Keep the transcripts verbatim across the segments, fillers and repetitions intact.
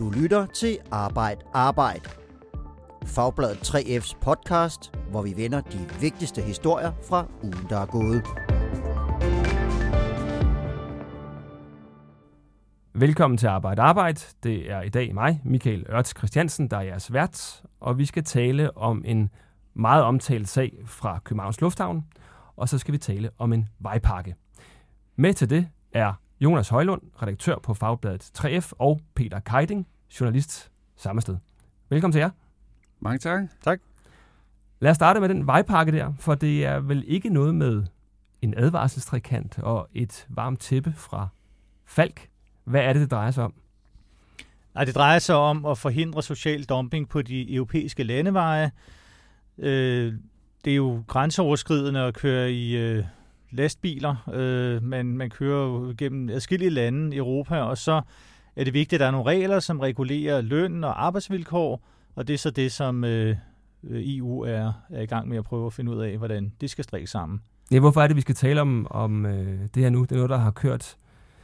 Du lytter til Arbejd Arbejd. Fagbladet tre F's podcast, hvor vi vender de vigtigste historier fra ugen, der er gået. Velkommen til Arbejd Arbejd. Det er i dag mig, Michael Ørts Christiansen, der er jeres vært, og vi skal tale om en meget omtalt sag fra Københavns Lufthavn, og så skal vi tale om en vejpakke. Med til det er Jonas Højlund, redaktør på Fagbladet tre F, og Peter Keiding, journalist samme sted. Velkommen til jer. Mange tak. Tak. Lad os starte med den vejpakke der, for det er vel ikke noget med en advarselstrekant og et varmt tæppe fra Falck. Hvad er det, det drejer sig om? Nej, det drejer sig om at forhindre social dumping på de europæiske landeveje. Øh, det er jo grænseoverskridende at køre i øh, lastbiler. Øh, man, man kører jo gennem adskillige lande i Europa, og så er det vigtigt, at der er nogle regler, som regulerer løn og arbejdsvilkår, og det er så det, som øh, E U er, er i gang med at prøve at finde ud af, hvordan det skal strikke sammen. Ja, hvorfor er det, vi skal tale om, om øh, det her nu? Det er noget, der har kørt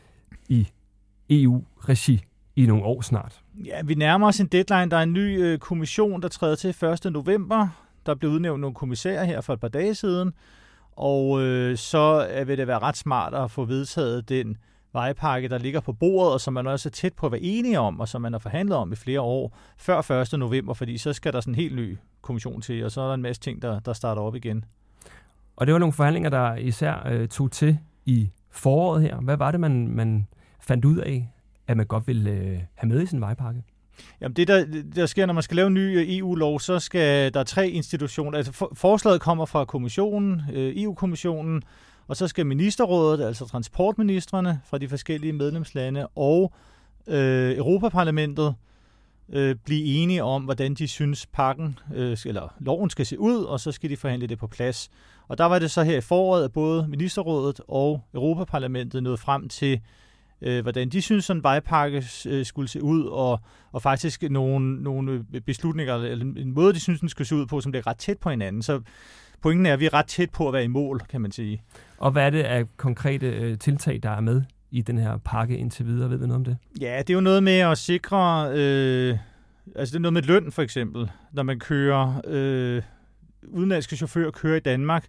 i E U-regi i nogle år snart. Ja, vi nærmer os en deadline. Der er en ny øh, kommission, der træder til første november. Der blev udnævnt nogle kommissærer her for et par dage siden. Og øh, så vil det være ret smart at få vedtaget den vejpakke, der ligger på bordet, og som man også er tæt på at være enige om, og som man har forhandlet om i flere år, før første november, fordi så skal der sådan en helt ny kommission til, og så er der en masse ting, der, der starter op igen. Og det var nogle forhandlinger, der især øh, tog til i foråret her. Hvad var det, man, man fandt ud af, at man godt ville øh, have med i sin vejpakke? Jamen det, der, der sker, når man skal lave en ny E U-lov, så skal der tre institutioner. Altså for, forslaget kommer fra kommissionen, øh, E U-kommissionen, og så skal ministerrådet, altså transportministrene fra de forskellige medlemslande, og øh, Europaparlamentet øh, blive enige om, hvordan de synes pakken, øh, eller loven skal se ud, og så skal de forhandle det på plads. Og der var det så her i foråret, at både ministerrådet og Europaparlamentet nåede frem til, øh, hvordan de synes, sådan en vejpakke øh, skulle se ud, og, og faktisk nogle, nogle beslutninger, eller en måde, de synes, den skulle se ud på, som det er ret tæt på hinanden. Så pointen er, at vi er ret tæt på at være i mål, kan man sige. Og hvad er det af konkrete øh, tiltag, der er med i den her pakke indtil videre? Ved vi noget om det? Ja, det er jo noget med at sikre, øh, altså det er noget med løn for eksempel. Når man kører, øh, udenlandske chauffører kører i Danmark,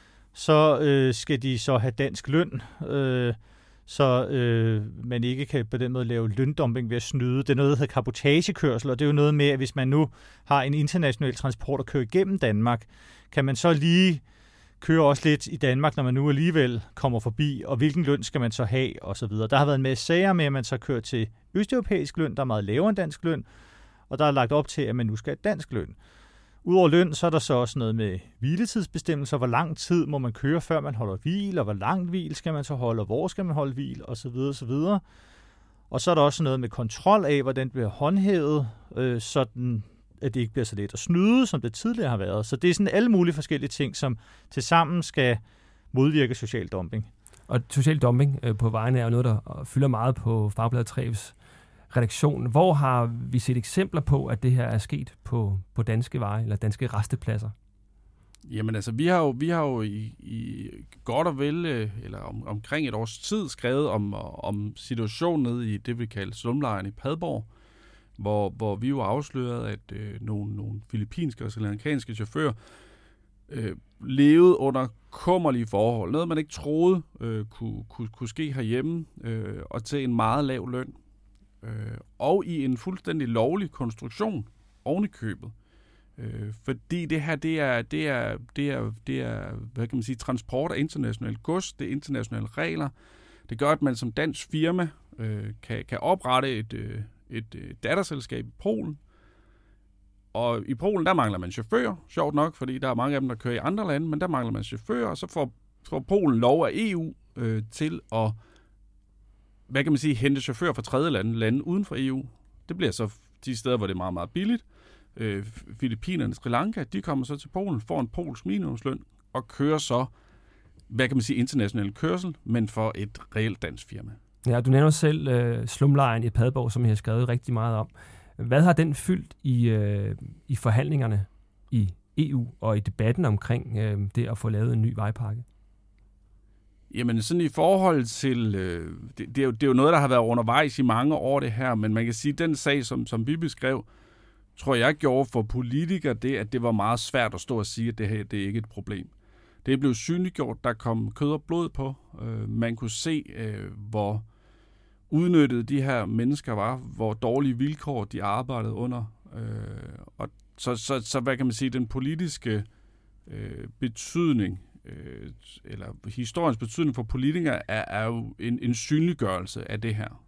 så øh, skal de så have dansk løn, øh, så øh, man ikke kan på den måde lave løndumping ved at snyde. Det er noget, der hedder cabotagekørsel, og det er jo noget med, at hvis man nu har en international transport og kører igennem Danmark, kan man så lige køre også lidt i Danmark, når man nu alligevel kommer forbi, og hvilken løn skal man så have, og så videre. Der har været en masse sager med, at man så kører til østeuropæisk løn, der er meget lavere end dansk løn, og der er lagt op til, at man nu skal have dansk løn. Udover løn, så er der så også noget med hviletidsbestemmelser. Hvor lang tid må man køre, før man holder hvil, og hvor langt hvil skal man så holde, og hvor skal man holde hvil, og så videre, og så videre. Og så er der også noget med kontrol af, hvordan det bliver håndhævet, øh, sådan at det ikke bliver så let at snyde, som det tidligere har været. Så det er sådan alle mulige forskellige ting, som tilsammen skal modvirke social dumping. Og social dumping øh, på vejen er jo noget, der fylder meget på Fagbladet tre F's redaktion. Hvor har vi set eksempler på, at det her er sket på, på danske veje, eller danske rastepladser? Jamen altså, vi har jo, vi har jo i, i godt og vel, eller om, omkring et års tid, skrevet om, om situationen nede i det, vi kalder slumlejren i Padborg, hvor, hvor vi jo afslørede, at øh, nogle, nogle filippinske og srilankanske chauffører øh, levede under kummerlige forhold. Noget, man ikke troede øh, kunne, kunne, kunne ske herhjemme, øh, og til en meget lav løn. Øh, og i en fuldstændig lovlig konstruktion oven i købet. Øh, fordi det her, det er, det er, det er, det er, hvad kan man sige, transport af internationalt gods, det er internationale regler. Det gør, at man som dansk firma øh, kan, kan oprette et, øh, et øh, datterselskab i Polen. Og i Polen, der mangler man chauffører, sjovt nok, fordi der er mange af dem, der kører i andre lande, men der mangler man chauffører, og så får, får Polen lov af E U øh, til at, hvad kan man sige, hente chauffører fra tredje lande, lande uden for E U. Det bliver så de steder, hvor det er meget, meget billigt. Øh, Filippinerne, Sri Lanka, de kommer så til Polen, får en polsk minimumsløn og kører så, hvad kan man sige, international kørsel, men for et reelt dansk firma. Ja, du nævner selv øh, slumlejren i Padborg, som jeg har skrevet rigtig meget om. Hvad har den fyldt i, øh, i forhandlingerne i E U og i debatten omkring øh, det at få lavet en ny vejpakke? Jamen sådan i forhold til, øh, det, det, er jo, det er jo noget, der har været undervejs i mange år det her, men man kan sige, at den sag, som, som vi beskrev, tror jeg gjorde for politikere det, at det var meget svært at stå og sige, at det her det er ikke et problem. Det blev synliggjort, der kom kød og blod på. Øh, man kunne se, øh, hvor udnyttede de her mennesker var, hvor dårlige vilkår de arbejdede under. Øh, og så, så, så hvad kan man sige, den politiske øh, betydning, øh, eller historiens betydning for politikere, er, er jo en, en synliggørelse af det her.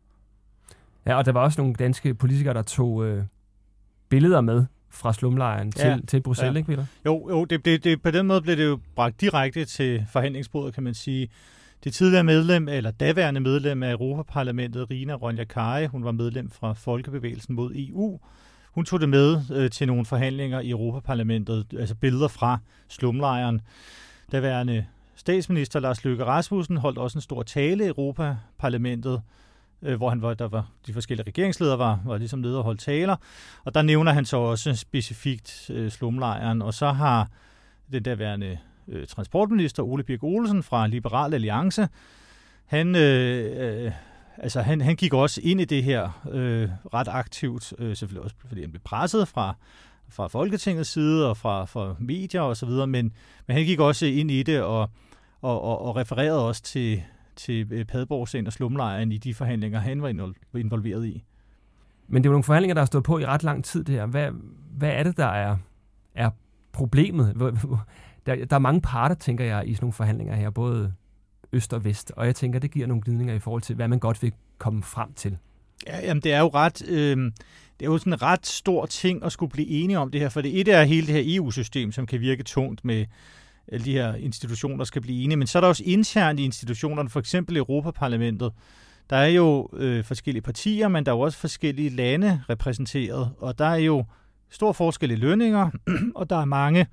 Ja, og der var også nogle danske politikere, der tog øh, billeder med fra slumlejren til, ja. til Bruxelles, ja. ikke Peter? Jo, jo det, det, det, på den måde blev det jo bragt direkte til forhandlingsbordet, kan man sige. Det tidligere medlem, eller daværende medlem af Europaparlamentet, Rina Ronja Kari, hun var medlem fra Folkebevægelsen mod E U. Hun tog det med øh, til nogle forhandlinger i Europaparlamentet, altså billeder fra slumlejren. Daværende statsminister Lars Løkke Rasmussen holdt også en stor tale i Europaparlamentet, øh, hvor han var, der var de forskellige regeringsledere var, var ligesom nede og holdt taler. Og der nævner han så også specifikt øh, slumlejren, og så har den daværende øh, transportminister Ole Birk Olesen fra Liberal Alliance, han, øh, øh, altså han, han gik også ind i det her øh, ret aktivt, øh, selvfølgelig også fordi han blev presset fra, fra Folketingets side og fra, fra medier og så videre, men, men han gik også ind i det og, og, og, og refererede også til, til Padborg-sagen og slumlejren i de forhandlinger, han var involveret i. Men det er jo nogle forhandlinger, der har stået på i ret lang tid det her. Hvad, hvad er det, der er, er problemet? Der, der er mange parter, tænker jeg, i sådan nogle forhandlinger her, både øst og vest, og jeg tænker, det giver nogle glidninger i forhold til, hvad man godt vil komme frem til. Ja, jamen det er jo ret, øh, det er jo sådan en ret stor ting at skulle blive enige om det her, for det et er hele det her E U-system, som kan virke tungt med alle de her institutioner, der skal blive enige, men så er der også internt i institutionerne, for eksempel Europaparlamentet. Der er jo øh, forskellige partier, men der er jo også forskellige lande repræsenteret, og der er jo stor forskel i lønninger, og der er mange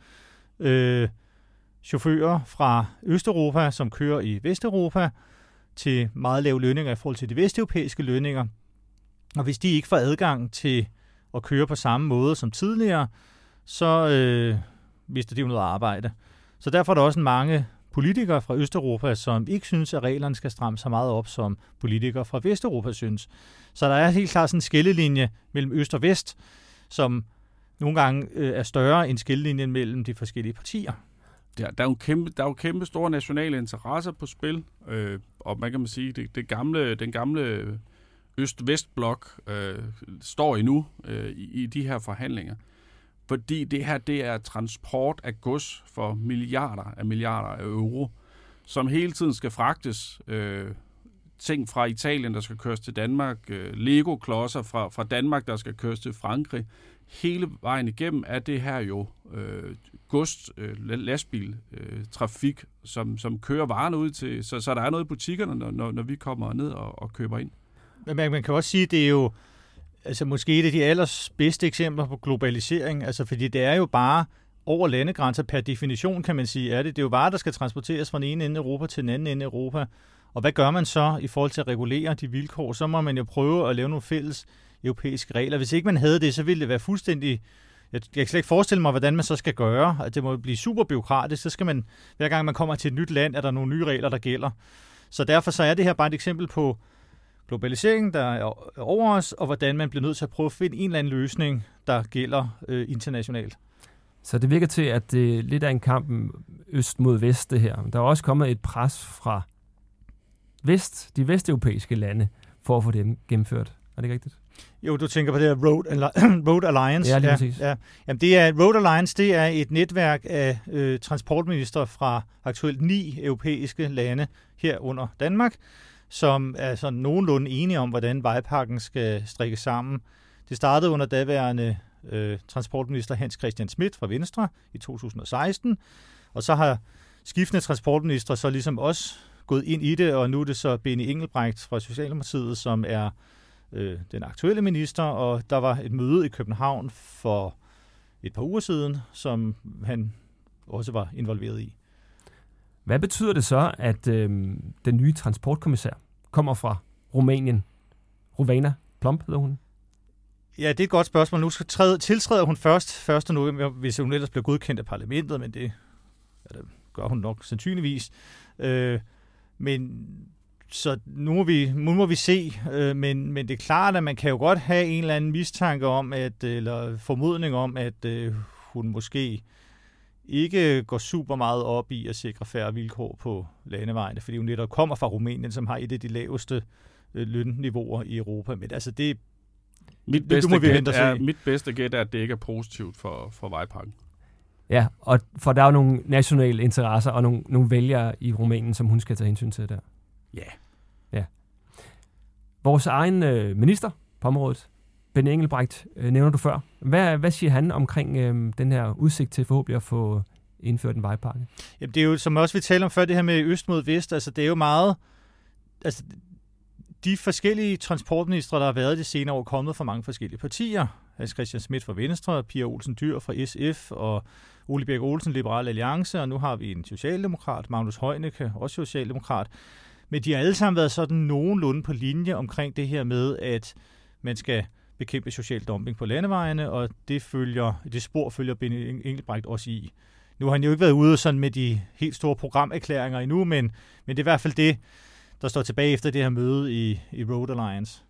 øh, chauffører fra Østeuropa, som kører i Vesteuropa, til meget lave lønninger i forhold til de vesteuropæiske lønninger. Og hvis de ikke får adgang til at køre på samme måde som tidligere, så øh, mister de jo noget arbejde. Så derfor er der også mange politikere fra Østeuropa, som ikke synes, at reglerne skal stramme så meget op, som politikere fra Vesteuropa synes. Så der er helt klart sådan en skillelinje mellem øst og vest, som nogle gange øh, er større end skillelinjen mellem de forskellige partier. Der, der, er jo kæmpe, der er jo kæmpe store nationale interesser på spil, øh, og man kan man sige, det, det gamle, den gamle øst-vest-blok øh, står endnu øh, i, i de her forhandlinger. Fordi det her, det er transport af gods for milliarder af milliarder af euro, som hele tiden skal fragtes. Øh, ting fra Italien, der skal køres til Danmark, øh, Lego-klodser fra, fra Danmark, der skal køres til Frankrig. Hele vejen igennem er det her jo øh, gods, øh, lastbil, øh, trafik, som, som kører varerne ud til, så, så der er noget i butikkerne, når, når vi kommer ned og, og køber ind. Men man, man kan også sige, at det er jo altså måske et af de allerbedste eksempler på globalisering, altså fordi det er jo bare over landegrænser per definition, kan man sige, er det. Det er jo varer, der skal transporteres fra den ene ende af Europa til den anden ende af Europa. Og hvad gør man så i forhold til at regulere de vilkår? Så må man jo prøve at lave nogle fælles europæiske regler. Hvis ikke man havde det, så ville det være fuldstændig... Jeg kan slet ikke forestille mig, hvordan man så skal gøre. At det må blive super bureaukratisk. Så skal man, hver gang man kommer til et nyt land, er der nogle nye regler, der gælder. Så derfor så er det her bare et eksempel på globaliseringen, der er over os, og hvordan man bliver nødt til at prøve at finde en eller anden løsning, der gælder øh, internationalt. Så det virker til, at det lidt er en kamp øst mod vest, det her. Der er også kommet et pres fra vest, de vesteuropæiske lande, for at få dem gennemført. Er det ikke rigtigt? Jo, du tænker på det her Road, Road Alliance. Ja, lige præcis. Ja, ja. Jamen, det er, Road Alliance, det er et netværk af øh, transportminister fra aktuelt ni europæiske lande herunder Danmark, som er sådan nogenlunde enige om, hvordan vejpakken skal strikkes sammen. Det startede under daværende øh, transportminister Hans Christian Schmidt fra Venstre i to tusind og seksten, og så har skiftende transportministre så ligesom også gået ind i det, og nu er det så Benny Engelbrecht fra Socialdemokratiet, som er øh, den aktuelle minister, og der var et møde i København for et par uger siden, som han også var involveret i. Hvad betyder det så, at øh, den nye transportkommissær kommer fra Rumænien? Rovana Plumb hedder hun. Ja, det er et godt spørgsmål. Nu skal træde, tiltræder hun først første november, hvis hun ellers bliver godkendt af parlamentet, men det, ja, det gør hun nok sandsynligvis. Øh, Men så nu må vi, nu må vi se, øh, men, men det er klart, at man kan jo godt have en eller anden mistanke om, at, eller formodning om, at øh, hun måske ikke går super meget op i at sikre færre vilkår på landevejene, fordi hun netop kommer fra Rumænien, som har et af de laveste øh, lønniveauer i Europa. Men altså det, mit, det, bedste det må vi gæt vente er, se. mit bedste gæt er, at det ikke er positivt for, for vejpakken. Ja, og for der er jo nogle nationale interesser og nogle, nogle vælgere i Rumænien, som hun skal tage hensyn til der. Ja. Ja. Vores egen øh, minister på området, Benny Engelbrecht, øh, nævner du før. Hvad, hvad siger han omkring øh, den her udsigt til forhåbentlig at få indført en vejpakke? Jamen det er jo, som også vi talte om før, det her med øst mod vest, altså det er jo meget, altså de forskellige transportministre, der har været de senere år, kommet fra mange forskellige partier. Hans Christian Schmidt fra Venstre, Pia Olsen Dyhr fra S F og Ole Birk Olsen, Liberal Alliance, og nu har vi en socialdemokrat, Magnus Heunicke, også socialdemokrat. Men de har alle sammen været sådan nogenlunde på linje omkring det her med, at man skal bekæmpe social dumping på landevejene, og det, følger, det spor følger Benny Engelbrecht også i. Nu har han jo ikke været ude sådan med de helt store programerklæringer endnu, men, men det er i hvert fald det, der står tilbage efter det her møde i, i Road Alliance.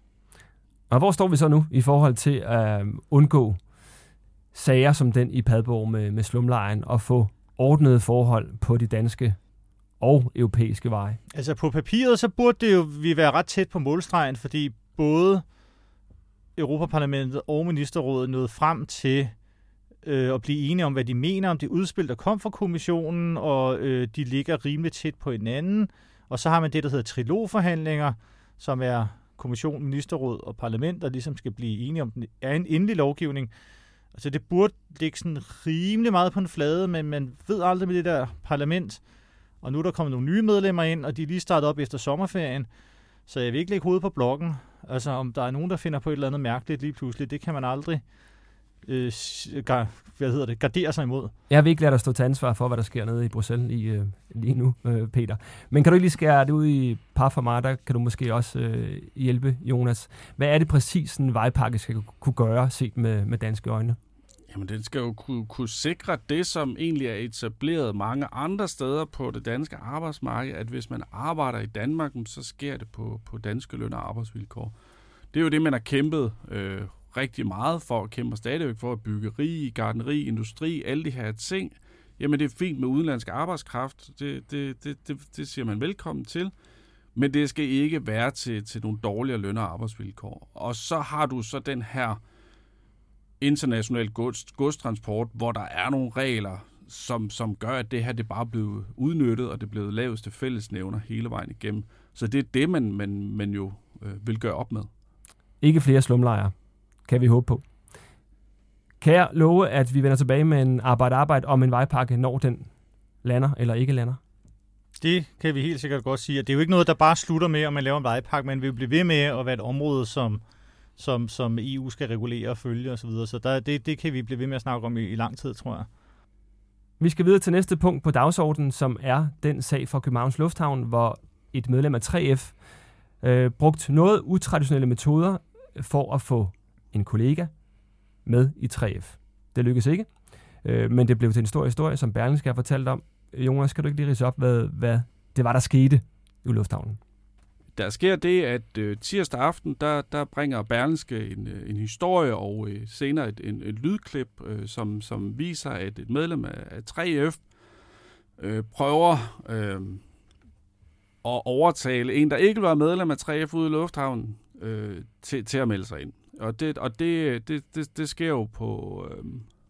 Og hvor står vi så nu i forhold til at undgå sager som den i Padborg med, med slumlejren og få ordnede forhold på de danske og europæiske veje? Altså på papiret, så burde det jo vi være ret tæt på målstregen, fordi både Europaparlamentet og Ministerrådet nåede frem til øh, at blive enige om, hvad de mener om det udspil, der kom fra kommissionen, og øh, de ligger rimelig tæt på hinanden. Og så har man det, der hedder trilogforhandlinger, som er kommission, ministerråd og parlament, der ligesom skal blive enige om, den er en endelig lovgivning. Altså det burde ligge sådan rimelig meget på en flade, men man ved aldrig med det der parlament. Og nu er der kommet nogle nye medlemmer ind, og de er lige startet op efter sommerferien. Så jeg vil ikke lægge hovedet på blokken. Altså om der er nogen, der finder på et eller andet mærkeligt lige pludselig, det kan man aldrig øh, gar, hvad hedder det, gardere sig imod. Jeg vil ikke lade dig stå til ansvar for, hvad der sker nede i Bruxelles lige, øh, lige nu, øh, Peter. Men kan du ikke lige skære det ud i par for mig, der kan du måske også øh, hjælpe, Jonas. Hvad er det præcis, en vejpakke skal kunne gøre, set med, med danske øjne? Jamen, den skal jo kunne, kunne sikre det, som egentlig er etableret mange andre steder på det danske arbejdsmarked, at hvis man arbejder i Danmark, så sker det på, på danske løn- og arbejdsvilkår. Det er jo det, man har kæmpet øh, rigtig meget for, og kæmper stadigvæk for, at byggeri, gartneri, industri, alle de her ting. Jamen, det er fint med udenlandsk arbejdskraft. Det, det, det, det, det siger man velkommen til. Men det skal ikke være til, til nogle dårligere løn- og arbejdsvilkår. Og så har du så den her international gods, godstransport, hvor der er nogle regler, som, som gør, at det her det bare er blevet udnyttet, og det er blevet laveste fællesnævner hele vejen igennem. Så det er det, man, man, man jo øh, vil gøre op med. Ikke flere slumlejre, kan vi håbe på. Kan jeg love, at vi vender tilbage med en arbejde-arbejde om en vejpakke, når den lander eller ikke lander? Det kan vi helt sikkert godt sige. Det er jo ikke noget, der bare slutter med, om man laver en vejpakke, men vi vil blive ved med at være et område, som Som, som E U skal regulere og følge osv. Så, så der, det, det kan vi blive ved med at snakke om i, i lang tid, tror jeg. Vi skal videre til næste punkt på dagsordenen, som er den sag fra Københavns Lufthavn, hvor et medlem af tre F øh, brugt noget utraditionelle metoder for at få en kollega med i tre F. Det lykkedes ikke, øh, men det blev til en stor historie, som Berlingske har fortalt om. Jonas, skal du ikke lige ridse op, hvad, hvad det var, der skete i Lufthavnen? Der sker det, at øh, tirsdag aften, der, der bringer Berlingske en, en historie og øh, senere et, en, et lydklip, øh, som, som viser, at et medlem af, af tre F øh, prøver øh, at overtale en, der ikke var medlem af tre F ude i Lufthavnen, øh, til, til at melde sig ind. Og det, og det, det, det, det sker jo på, øh,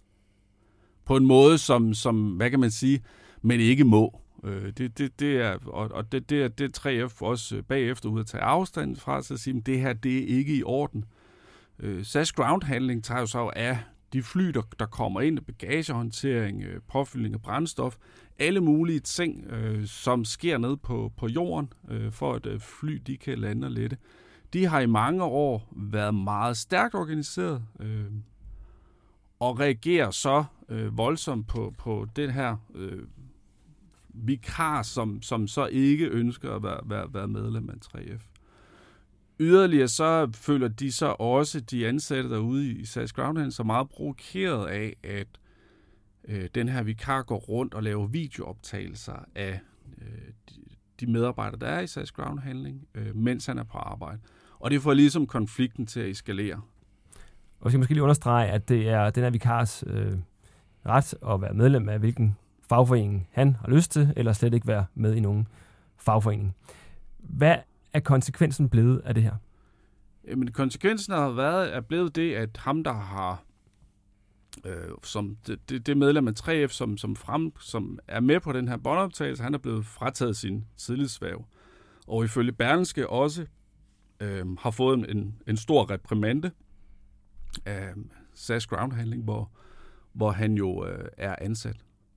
på en måde, som, som, hvad kan man sige, men ikke må. Det, det, det er, og, og det, det er det tre F også bagefter ud at tage afstand fra, så at sige, at det her, det er ikke i orden. Øh, S A S Ground Handling tager jo så af de fly, der, der kommer ind, bagagehåndtering, øh, påfyldning af brændstof, alle mulige ting, øh, som sker ned på, på jorden, øh, for at øh, fly, de kan lande og lette. De har i mange år været meget stærkt organiseret, øh, og reagerer så øh, voldsomt på, på den her øh, vikar, som, som så ikke ønsker at være, være, være medlem af tre F. Yderligere så føler de så også, de ansatte derude i S A S Ground Handling, så meget provokeret af, at øh, den her vikar går rundt og laver videooptagelser af øh, de, de medarbejdere, der er i S A S Ground Handling, øh, mens han er på arbejde. Og det får ligesom konflikten til at eskalere. Og jeg skal måske lige understrege, at det er den her vikars øh, ret at være medlem af hvilken fagforening han har lyst til, eller slet ikke være med i nogen fagforening. Hvad er konsekvensen blevet af det her? Jamen, konsekvensen har været, er blevet det, at ham, der har øh, som det, det medlem af tre F, som, som, frem, som er med på den her båndoptagelse, han er blevet frataget sin tidlighedsværv. Og ifølge Berlingske også øh, har fået en, en stor reprimande af S A S Ground Handling, hvor, hvor han jo øh, er ansat.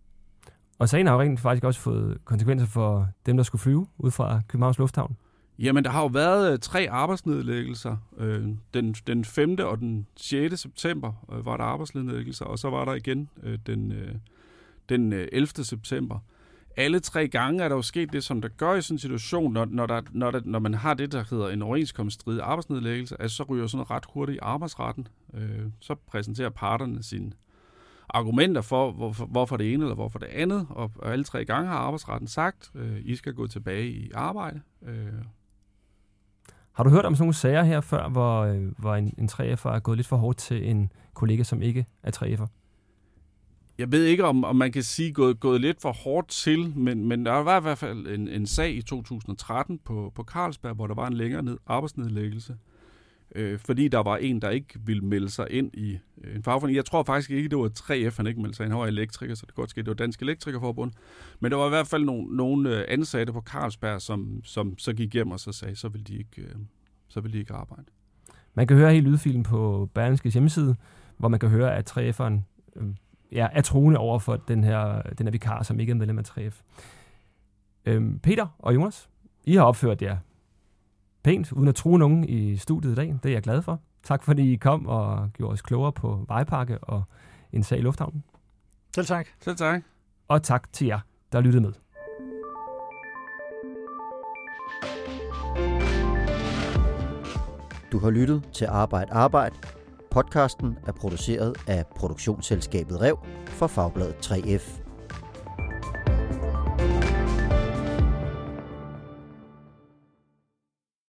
Og sagen har jo rent faktisk også fået konsekvenser for dem, der skulle flyve ud fra Københavns Lufthavn. Jamen, der har jo været øh, tre arbejdsnedlæggelser. Øh, den, den femte og den sjette september øh, var der arbejdsnedlæggelser, og så var der igen øh, den, øh, den øh, ellevte september. Alle tre gange er der jo sket det, som der gør i sådan en situation, når, når, der, når, der, når man har det, der hedder en overenskomststridig arbejdsnedlæggelse, altså så ryger sådan ret hurtigt i arbejdsretten. Øh, så præsenterer parterne sine argumenter for, hvorfor, hvorfor det ene eller hvorfor det andet, og, og alle tre gange har arbejdsretten sagt, øh, I skal gå tilbage i arbejde. Øh. Har du hørt om sådan nogle sager her før, hvor, øh, hvor en, en tre F'er er gået lidt for hårdt til en kollega, som ikke er tre F'er? Jeg ved ikke, om, om man kan sige gået, gået lidt for hårdt til, men, men der var i hvert fald en, en sag i to tusind og tretten på, på Carlsberg, hvor der var en længere ned, arbejdsnedlæggelse, øh, fordi der var en, der ikke ville melde sig ind i øh, en fagforening. Jeg tror faktisk ikke, det var tre F, han ikke meldte sig ind. Han var elektriker, så det godt ske, det var Dansk Elektrikerforbund. Men der var i hvert fald nogle, nogle ansatte på Carlsberg, som, som så gik hjem og så sagde, så ville de ikke, øh, så ville de ikke arbejde. Man kan høre hele lydfilen på Berlingskes hjemmeside, hvor man kan høre, at tre F'eren øh, ja, er troende over for den her, den her vikar, som ikke er medlem af tre F. Øhm, Peter og Jonas, I har opført jer pænt, uden at true nogen i studiet i dag. Det er jeg glad for. Tak fordi I kom og gjorde os klogere på vejpakke og en sag i lufthavnen. Selv tak. Selv tak. Og tak til jer, der lyttede med. Du har lyttet til Arbejde Arbejde. Podcasten er produceret af produktionsselskabet Rev for Fagbladet tre F.